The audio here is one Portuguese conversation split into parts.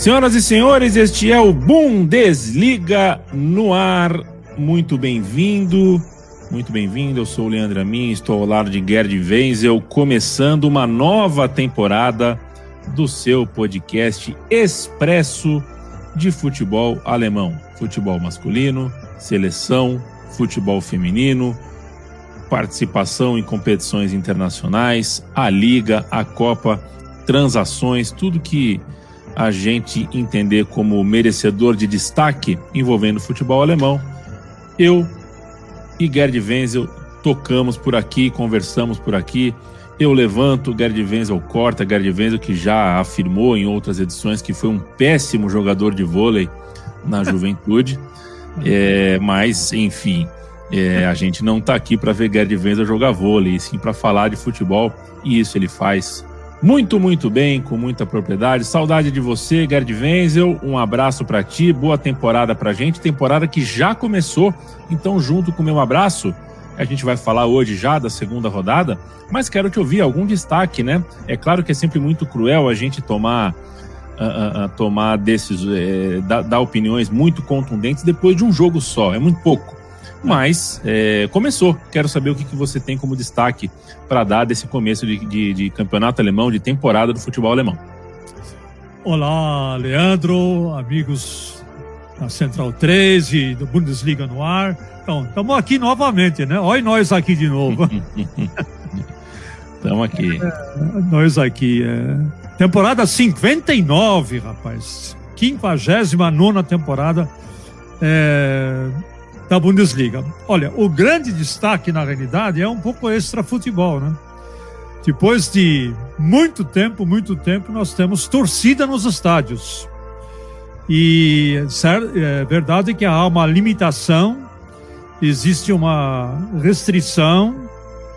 Senhoras e senhores, este é o Bundesliga no ar. Muito bem-vindo, eu sou o Leandro Amin, estou ao lado de Gerd Wenzel, começando uma nova temporada do seu podcast expresso de futebol alemão. Futebol masculino, seleção, futebol feminino, participação em competições internacionais, a Liga, a Copa, transações, tudo que a gente entender como merecedor de destaque envolvendo futebol alemão. Eu e Gerd Wenzel tocamos por aqui, conversamos por aqui. Eu levanto, Gerd Wenzel corta. Gerd Wenzel, que já afirmou em outras edições que foi um péssimo jogador de vôlei na juventude. Mas, enfim, a gente não está aqui para ver Gerd Wenzel jogar vôlei, e sim para falar de futebol, e isso ele faz muito, muito bem, com muita propriedade. Saudade de você, Gerd Wenzel, um abraço para ti, boa temporada pra gente, temporada que já começou, então junto com o meu abraço, a gente vai falar hoje já da segunda rodada, mas quero te ouvir algum destaque, né? É claro que é sempre muito cruel a gente tomar dar opiniões muito contundentes depois de um jogo só, é muito pouco. Mas começou. Quero saber o que você tem como destaque para dar desse começo de campeonato alemão, de temporada do futebol alemão. Olá, Leandro, amigos da Central 3 e do Bundesliga no ar. Então, estamos aqui novamente, né? Olha nós aqui de novo. Estamos aqui. Nós aqui. Temporada 59, rapaz. 59ª temporada da Bundesliga. Olha, o grande destaque, na realidade, é um pouco extra futebol, né? Depois de muito tempo, nós temos torcida nos estádios. E é verdade que há uma limitação, existe uma restrição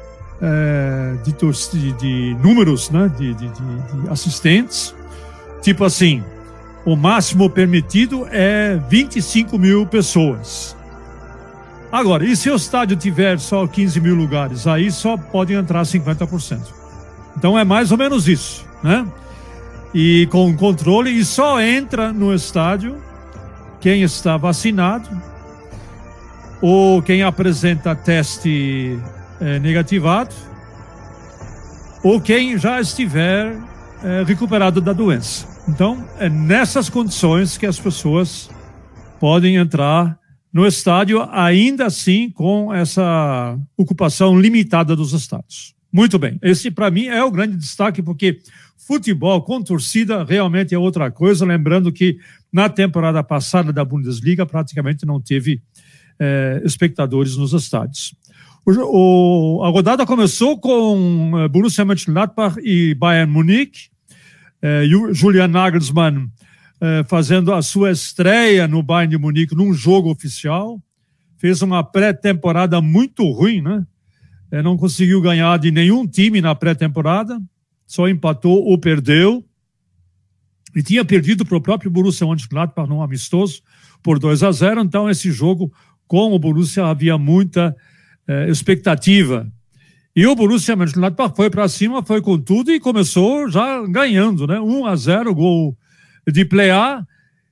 de números, né? de assistentes. Tipo assim, o máximo permitido é 25 mil pessoas. Agora, e se o estádio tiver só 15 mil lugares? Aí só pode entrar 50%. Então é mais ou menos isso, né? E com controle, e só entra no estádio quem está vacinado ou quem apresenta teste negativado ou quem já estiver recuperado da doença. Então, é nessas condições que as pessoas podem entrar no estádio, ainda assim com essa ocupação limitada dos estádios. Muito bem, esse para mim é o grande destaque, porque futebol com torcida realmente é outra coisa, lembrando que na temporada passada da Bundesliga praticamente não teve espectadores nos estádios. A rodada começou com Borussia Mönchengladbach e Bayern Munique. Julian Nagelsmann fazendo a sua estreia no Bayern de Munique num jogo oficial, fez uma pré-temporada muito ruim, né? Não conseguiu ganhar de nenhum time na pré-temporada, só empatou ou perdeu, e tinha perdido para o próprio Borussia Mönchengladbach num amistoso por 2-0, então esse jogo com o Borussia havia muita expectativa. E o Borussia Mönchengladbach foi para cima, foi com tudo e começou já ganhando, né? 1-0, gol de Plea,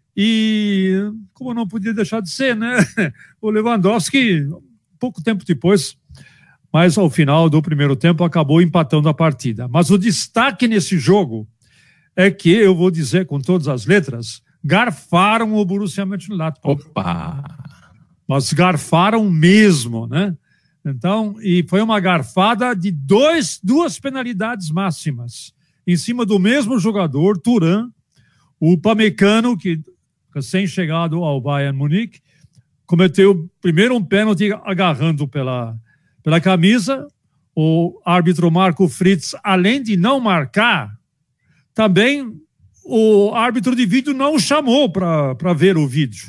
e como não podia deixar de ser, né? O Lewandowski, pouco tempo depois, mas ao final do primeiro tempo acabou empatando a partida. Mas o destaque nesse jogo é que, eu vou dizer com todas as letras, garfaram o Borussia Mönchengladbach. Opa! Mas garfaram mesmo, né? Então, e foi uma garfada de duas penalidades máximas em cima do mesmo jogador, Thuram. O Upamecano, que recém-chegado ao Bayern Munique, cometeu primeiro um pênalti agarrando pela camisa. O árbitro Marco Fritz, além de não marcar, também o árbitro de vídeo não o chamou para ver o vídeo.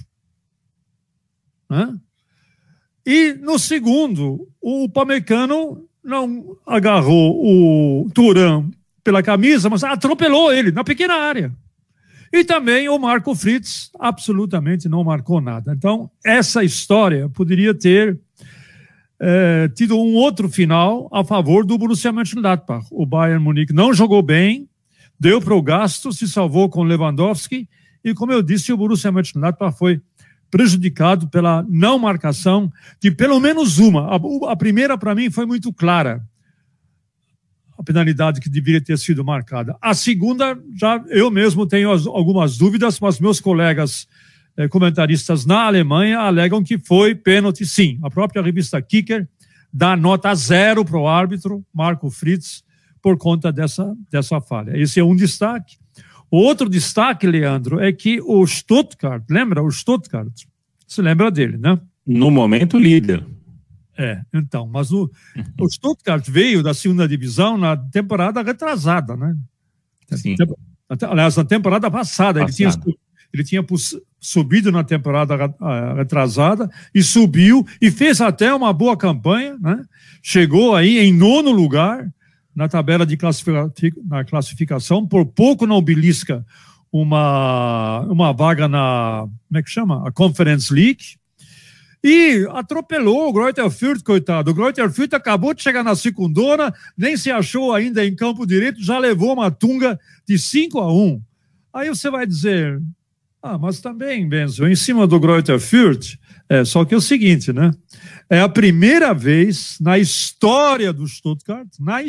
Né? E no segundo, o Upamecano não agarrou o Thuram pela camisa, mas atropelou ele na pequena área. E também o Marco Fritz absolutamente não marcou nada. Então, essa história poderia ter tido um outro final a favor do Borussia Mönchengladbach. O Bayern Munique não jogou bem, deu para o gasto, se salvou com Lewandowski E, como eu disse, o Borussia Mönchengladbach foi prejudicado pela não marcação de pelo menos uma. A primeira, para mim, foi muito clara. A penalidade que deveria ter sido marcada. A segunda, já eu mesmo tenho algumas dúvidas, mas meus colegas comentaristas na Alemanha alegam que foi pênalti, sim. A própria revista Kicker dá nota 0 para o árbitro, Marco Fritz, por conta dessa falha. Esse é um destaque. O outro destaque, Leandro, é que o Stuttgart, lembra o Stuttgart? Você lembra dele, né? No momento, líder. Então, mas o Stuttgart veio da segunda divisão na temporada retrasada, né? Sim. Aliás, na temporada passada. Ele tinha subido na temporada retrasada e subiu e fez até uma boa campanha, né? Chegou aí em 9º lugar na tabela de classificação, por pouco não belisca uma vaga na, como é que chama? A Conference League. E atropelou o Greuther Fürth, coitado. O Greuther Fürth acabou de chegar na secundona, nem se achou ainda em campo direito, já levou uma tunga de 5-1. Aí você vai dizer, mas também, Benzo, em cima do Greuther Fürth, só que é o seguinte, né? É a primeira vez na história do Stuttgart,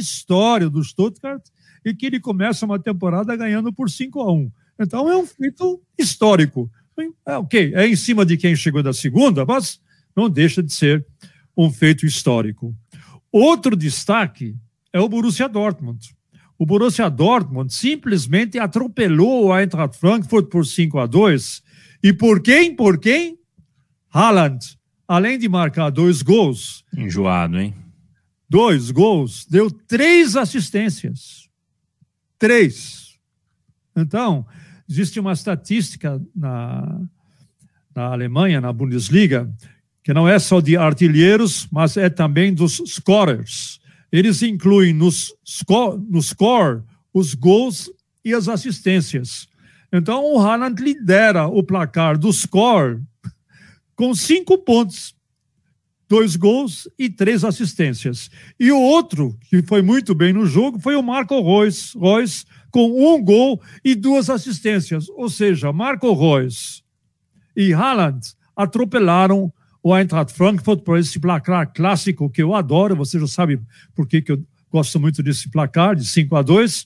e que ele começa uma temporada ganhando por 5-1. Então é um feito histórico. Ok, é em cima de quem chegou da segunda, mas não deixa de ser um feito histórico. Outro destaque é o Borussia Dortmund. O Borussia Dortmund simplesmente atropelou o Eintracht Frankfurt por 5-2. E por quem? Haaland, além de marcar 2 gols... Enjoado, hein? 2 gols, deu 3 assistências. 3. Então... Existe uma estatística na Alemanha, na Bundesliga, que não é só de artilheiros, mas é também dos scorers. Eles incluem no score os gols e as assistências. Então, o Haaland lidera o placar do score com 5 pontos, 2 gols e 3 assistências. E o outro, que foi muito bem no jogo, foi o Marco Reus, com 1 gol e 2 assistências. Ou seja, Marco Reus e Haaland atropelaram o Eintracht Frankfurt por esse placar clássico que eu adoro. Você já sabe por que eu gosto muito desse placar, de 5-2.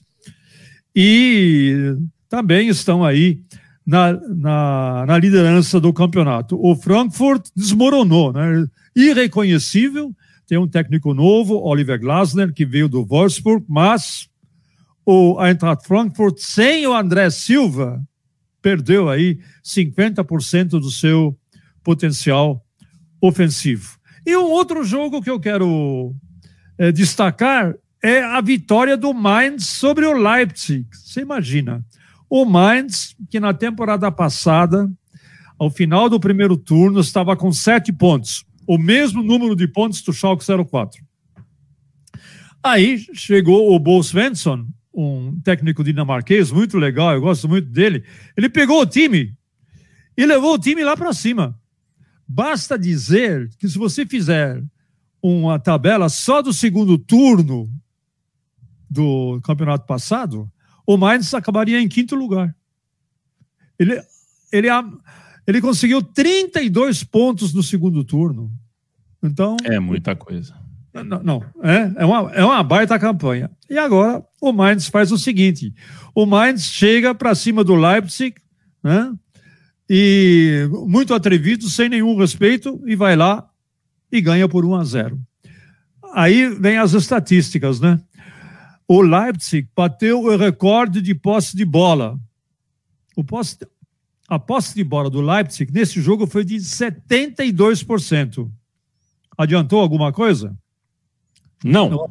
E também estão aí na liderança do campeonato. O Frankfurt desmoronou, né? Irreconhecível. Tem um técnico novo, Oliver Glasner, que veio do Wolfsburg, mas... o Eintracht Frankfurt, sem o André Silva, perdeu aí 50% do seu potencial ofensivo. E um outro jogo que eu quero destacar é a vitória do Mainz sobre o Leipzig. Você imagina, o Mainz, que na temporada passada, ao final do primeiro turno, estava com 7 pontos, o mesmo número de pontos do Schalke 04. Aí chegou o Bo Svensson, um técnico dinamarquês muito legal, eu gosto muito dele. Ele pegou o time e levou o time lá para cima. Basta dizer que se você fizer uma tabela só do segundo turno do campeonato passado, o Mainz acabaria em 5º lugar. Ele conseguiu 32 pontos no segundo turno. Então, é muita coisa. Não, é uma baita campanha. E agora o Mainz faz o seguinte, o Mainz chega para cima do Leipzig, né? E muito atrevido, sem nenhum respeito, e vai lá e ganha por 1-0. Aí vem as estatísticas, né? O Leipzig bateu o recorde de posse de bola. A posse de bola do Leipzig nesse jogo foi de 72%. Adiantou alguma coisa? Não.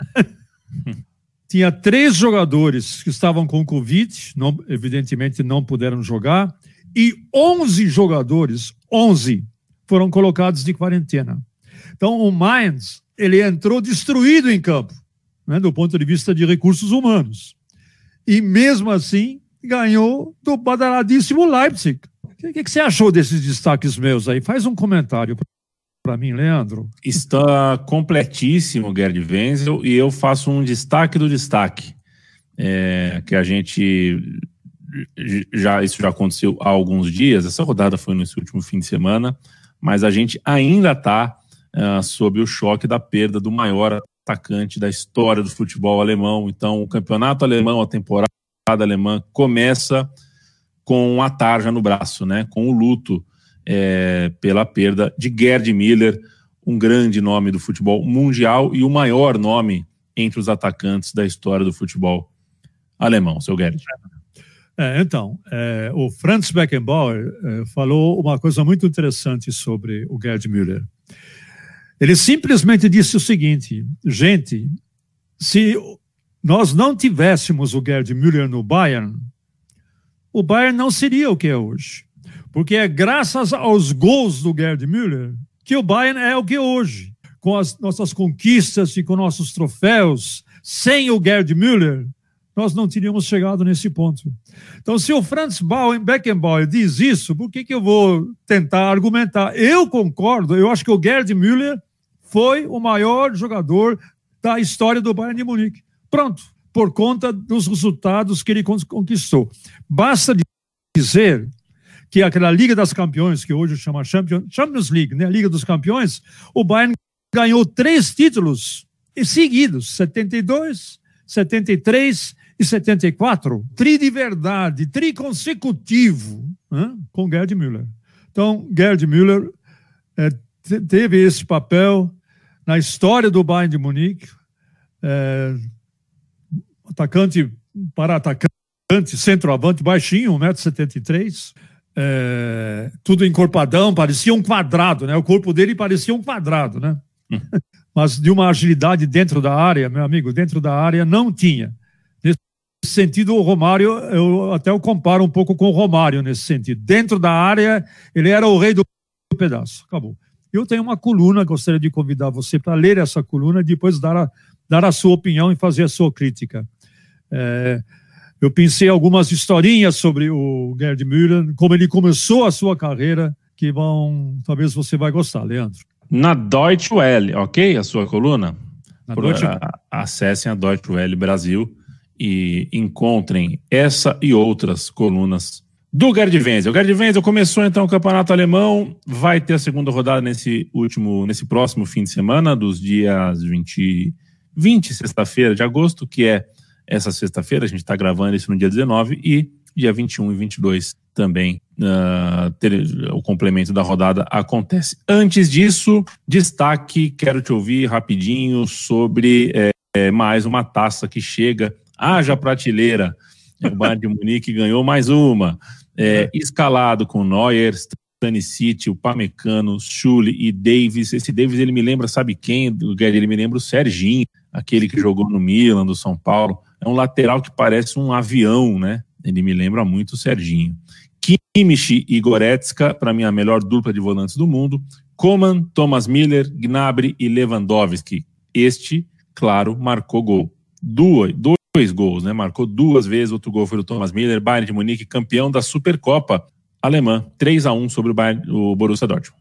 Tinha 3 jogadores que estavam com Covid, evidentemente não puderam jogar, e 11 jogadores, 11, foram colocados de quarentena. Então o Mainz, ele entrou destruído em campo, né, do ponto de vista de recursos humanos. E mesmo assim, ganhou do badaladíssimo Leipzig. O que você achou desses destaques meus aí? Faz um comentário para mim, Leandro. Está completíssimo, Gerd Wenzel, e eu faço um destaque do destaque, que a gente isso já aconteceu há alguns dias, essa rodada foi nesse último fim de semana, mas a gente ainda está sob o choque da perda do maior atacante da história do futebol alemão. Então, o campeonato alemão, a temporada alemã, começa com a tarja no braço, né? Com o luto pela perda de Gerd Müller, um grande nome do futebol mundial e o maior nome entre os atacantes da história do futebol alemão, seu Gerd. O Franz Beckenbauer falou uma coisa muito interessante sobre o Gerd Müller. Ele simplesmente disse o seguinte: gente, se nós não tivéssemos o Gerd Müller no Bayern, o Bayern não seria o que é hoje. Porque é graças aos gols do Gerd Müller que o Bayern é o que é hoje. Com as nossas conquistas e com nossos troféus, sem o Gerd Müller, nós não teríamos chegado nesse ponto. Então, se o Franz Beckenbauer diz isso, por que eu vou tentar argumentar? Eu concordo, eu acho que o Gerd Müller foi o maior jogador da história do Bayern de Munique. Pronto, por conta dos resultados que ele conquistou. Basta dizer que aquela Liga das Campeões, que hoje chama Champions League, né? Liga dos Campeões, o Bayern ganhou 3 títulos seguidos, 72, 73 e 74. Tri de verdade, tri consecutivo, né? Com Gerd Müller. Então, Gerd Müller teve esse papel na história do Bayern de Munique, atacante para atacante, centroavante, baixinho, 1,73 m, tudo encorpadão, parecia um quadrado, né? O corpo dele parecia um quadrado, né? Mas de uma agilidade dentro da área, meu amigo, dentro da área não tinha. Nesse sentido, o Romário, eu até o comparo um pouco com o Romário nesse sentido. Dentro da área, ele era o rei do pedaço. Acabou. Eu tenho uma coluna, gostaria de convidar você para ler essa coluna e depois dar a sua opinião e fazer a sua crítica. Eu pensei algumas historinhas sobre o Gerd Müller, como ele começou a sua carreira, que talvez você vai gostar, Leandro. Na Deutsche Welle, ok? A sua coluna? Acessem a Deutsche Welle Brasil e encontrem essa e outras colunas do Gerd Wenzel. O Gerd Wenzel começou então o campeonato alemão, vai ter a segunda rodada nesse próximo fim de semana, dos dias 20, sexta-feira de agosto, que é essa sexta-feira, a gente está gravando isso no dia 19, e dia 21 e 22 também o complemento da rodada acontece. Antes disso, destaque, quero te ouvir rapidinho sobre mais uma taça que chega, haja prateleira. O Bayern de Munique ganhou mais uma. Escalado com Neuer, Stanisic, o Pamecano, Schulli e Davis. Esse Davis, ele me lembra, sabe quem? Ele me lembra o Serginho, aquele que jogou no Milan, do São Paulo. É um lateral que parece um avião, né? Ele me lembra muito o Serginho. Kimmich e Goretzka, para mim, a melhor dupla de volantes do mundo. Coman, Thomas Müller, Gnabry e Lewandowski. Este, claro, marcou gol. Dois gols, né? Marcou 2 vezes, outro gol foi do Thomas Müller. Bayern de Munique, campeão da Supercopa alemã, 3-1 sobre o Borussia Dortmund.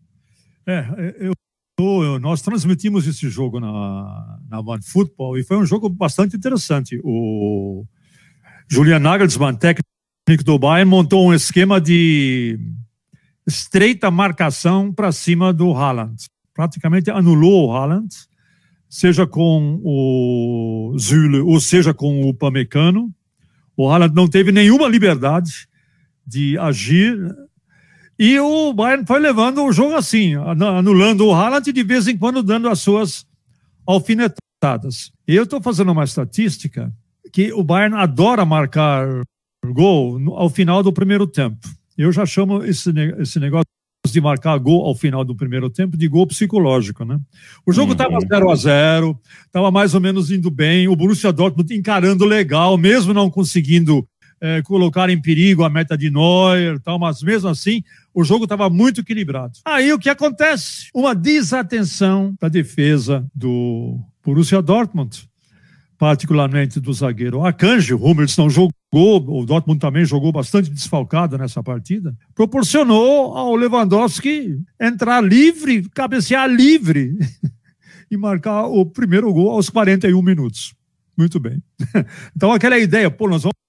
Nós transmitimos esse jogo na OneFootball e foi um jogo bastante interessante. O Julian Nagelsmann, técnico do Bayern, montou um esquema de estreita marcação para cima do Haaland. Praticamente anulou o Haaland, seja com o Süle ou seja com o Pamecano. O Haaland não teve nenhuma liberdade de agir e o Bayern foi levando o jogo assim, anulando o Haaland e de vez em quando dando as suas alfinetadas. Eu estou fazendo uma estatística que o Bayern adora marcar gol ao final do primeiro tempo. Eu já chamo esse negócio de marcar gol ao final do primeiro tempo de gol psicológico, né? O jogo estava 0-0, estava mais ou menos indo bem, o Borussia Dortmund encarando legal, mesmo não conseguindo colocar em perigo a meta de Neuer, tal, mas mesmo assim o jogo estava muito equilibrado. Aí o que acontece? Uma desatenção da defesa do Borussia Dortmund, particularmente do zagueiro Akanji. O Hummels não jogou, o Dortmund também jogou bastante desfalcado nessa partida, proporcionou ao Lewandowski entrar livre, cabecear livre e marcar o primeiro gol aos 41 minutos. Muito bem. Então aquela ideia, nós vamos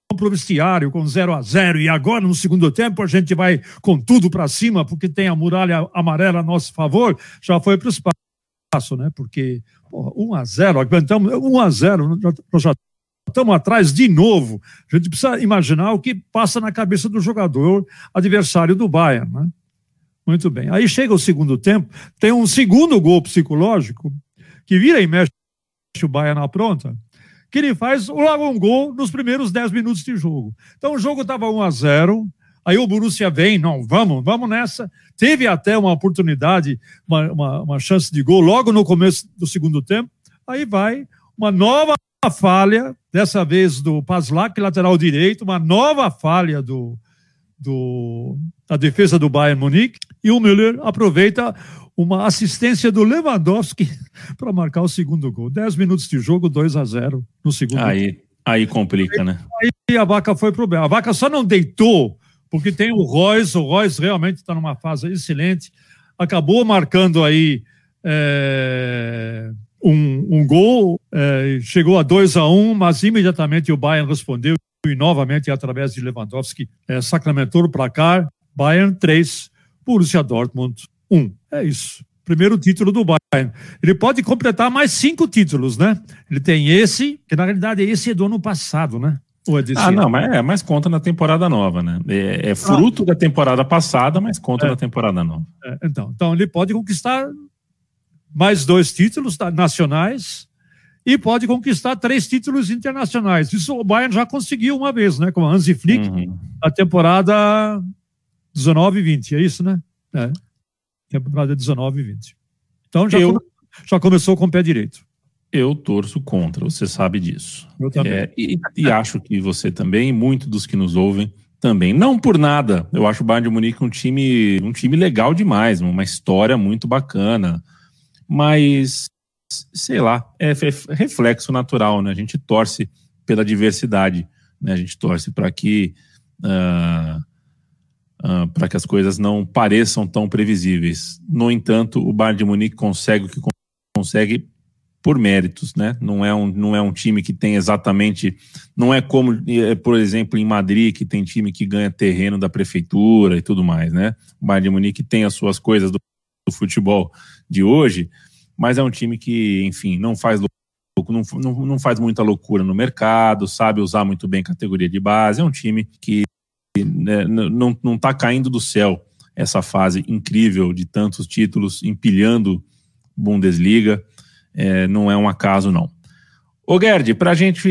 para o vestiário com 0-0 e agora no segundo tempo a gente vai com tudo para cima porque tem a muralha amarela a nosso favor, já foi para o espaço, né? Porque 1-0, aguentamos 1-0, nós já estamos atrás de novo. A gente precisa imaginar o que passa na cabeça do jogador adversário do Bayern, né? Muito bem. Aí chega o segundo tempo, tem um segundo gol psicológico que vira e mexe o Bayern na pronta, que ele faz logo um gol nos primeiros 10 minutos de jogo. Então o jogo estava 1-0, aí o Borussia vem, não, vamos nessa. Teve até uma oportunidade, uma chance de gol logo no começo do segundo tempo, aí vai uma nova falha, dessa vez do Pazlak, lateral direito, uma nova falha da defesa do Bayern Munique, e o Müller aproveita uma assistência do Lewandowski para marcar o segundo gol. 10 minutos de jogo, 2-0 no segundo tempo. Aí complica, né? Aí a Vaca foi pro bem. A Vaca só não deitou, porque tem o Royce realmente está numa fase excelente, acabou marcando aí um gol, chegou a 2-1, mas imediatamente o Bayern respondeu e novamente através de Lewandowski sacramentou o placar. Bayern 3, Borussia Dortmund 1. É isso. Primeiro título do Bayern. Ele pode completar mais 5 títulos, né? Ele tem esse, que na realidade esse é do ano passado, né? Ou é desse ano? Não, mas conta na temporada nova, né? É fruto da temporada passada, mas conta na temporada nova. Então ele pode conquistar mais 2 títulos nacionais e pode conquistar 3 títulos internacionais. Isso o Bayern já conseguiu uma vez, né? Com a Hansi Flick, na temporada 19-20, é isso, né? Temporada 19-20. Então já começou com o pé direito. Eu torço contra, você sabe disso. Eu também. E acho que você também, e muitos dos que nos ouvem também. Não por nada, eu acho o Bayern de Munique um time legal demais, uma história muito bacana, mas sei lá, é reflexo natural, né? A gente torce pela diversidade, né? A gente torce para que as coisas não pareçam tão previsíveis. No entanto, o Bayern de Munique consegue o que consegue por méritos, né? Não é um time que tem exatamente... Não é como, por exemplo, em Madrid, que tem time que ganha terreno da prefeitura e tudo mais, né? O Bayern de Munique tem as suas coisas do futebol de hoje, mas é um time que, enfim, não faz muita loucura no mercado, sabe usar muito bem categoria de base. É um time que não está caindo do céu essa fase incrível de tantos títulos empilhando Bundesliga. Não é um acaso, não. Ô Gerd, para a gente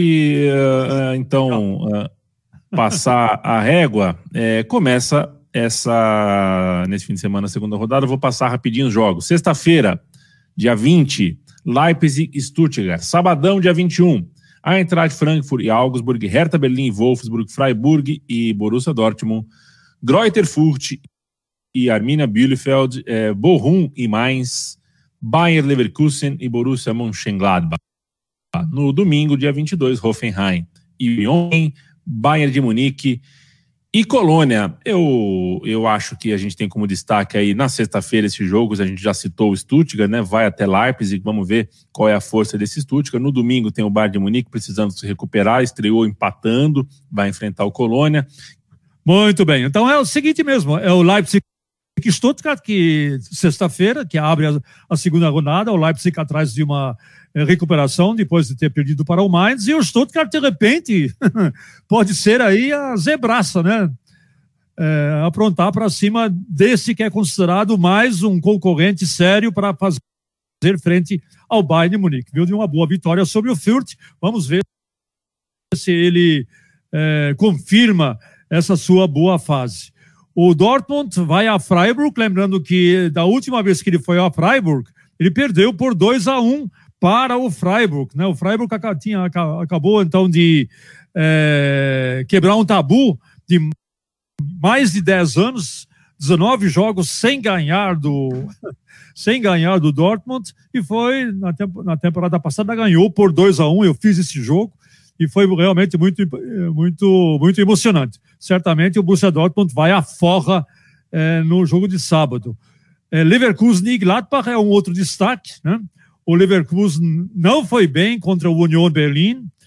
passar a régua, começa nesse fim de semana, a segunda rodada. Eu vou passar rapidinho os jogos. Sexta-feira, dia 20, Leipzig e Stuttgart. Sabadão, dia 21, Eintracht Frankfurt e Augsburg, Hertha Berlim e Wolfsburg, Freiburg e Borussia Dortmund, Greuther Fürth e Arminia Bielefeld, Bochum e Mainz, Bayer Leverkusen e Borussia Mönchengladbach. No domingo, dia 22, Hoffenheim e Lyon, Bayern de Munique e Colônia. Eu acho que a gente tem como destaque aí na sexta-feira esses jogos. A gente já citou o Stuttgart, né? Vai até Leipzig, vamos ver qual é a força desse Stuttgart. No domingo tem o Bayern de Munique precisando se recuperar, estreou empatando, vai enfrentar o Colônia. Muito bem, então é o seguinte mesmo, é o Leipzig e Stuttgart, que sexta-feira, que abre a segunda rodada, o Leipzig atrás de uma recuperação depois de ter perdido para o Mainz, e o Stuttgart, de repente, pode ser aí a zebraça, né? Aprontar para cima desse que é considerado mais um concorrente sério para fazer frente ao Bayern de Munique. Viu de uma boa vitória sobre o Fürth. Vamos ver se ele confirma essa sua boa fase. O Dortmund vai a Freiburg, lembrando que da última vez que ele foi a Freiburg, ele perdeu por 2-1 para o Freiburg, né? O Freiburg acabou então de quebrar um tabu de mais de 10 anos, 19 jogos sem ganhar do Dortmund, e foi na temporada passada ganhou por 2-1. Eu fiz esse jogo e foi realmente muito, muito, muito emocionante. Certamente o Borussia Dortmund vai à forra no jogo de sábado. Leverkusen e Gladbach é um outro destaque, né? O Leverkusen não foi bem contra o Union Berlin,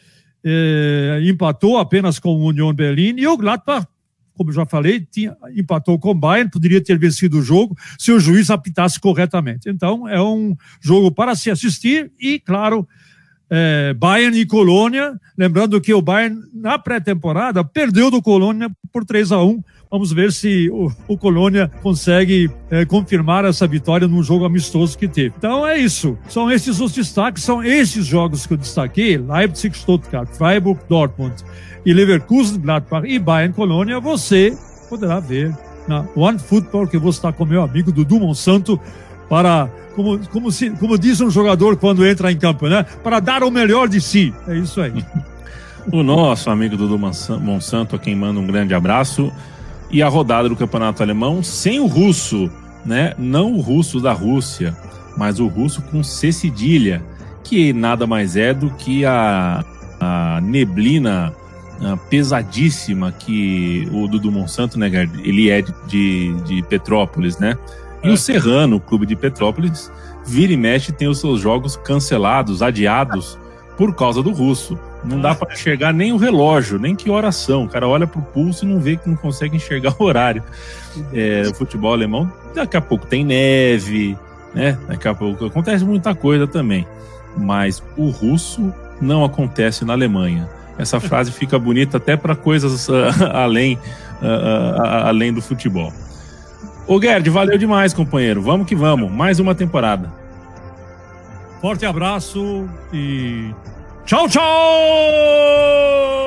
empatou apenas com o Union Berlin, e o Gladbach, como já falei, empatou com o Bayern, poderia ter vencido o jogo se o juiz apitasse corretamente. Então, é um jogo para se assistir e, claro, Bayern e Colônia, lembrando que o Bayern, na pré-temporada, perdeu do Colônia por 3-1. Vamos ver se o Colônia consegue confirmar essa vitória num jogo amistoso que teve. Então é isso. São esses os destaques, são esses jogos que eu destaquei: Leipzig, Stuttgart, Freiburg, Dortmund e Leverkusen, Gladbach e Bayern, Colônia. Você poderá ver na OneFootball, que eu vou estar com meu amigo Dudu Monsanto para, como diz um jogador quando entra em campo, né? Para dar o melhor de si. É isso aí. O nosso amigo Dudu Monsanto, a quem manda um grande abraço. E a rodada do Campeonato Alemão sem o russo, né? Não o russo da Rússia, mas o russo com C cedilha, que nada mais é do que a neblina pesadíssima que o Dudu Monsanto, né, ele é de Petrópolis, né? E o Serrano, o clube de Petrópolis, vira e mexe, tem os seus jogos cancelados, adiados, por causa do russo. Não dá para enxergar nem o relógio, nem que horas são. O cara olha pro pulso e não vê, que não consegue enxergar o horário. O futebol alemão, daqui a pouco tem neve, né? Daqui a pouco acontece muita coisa também. Mas o russo não acontece na Alemanha. Essa frase fica bonita até para coisas além do futebol. Ô Gerd, valeu demais, companheiro. Vamos que vamos. Mais uma temporada. Forte abraço e tchau, tchau!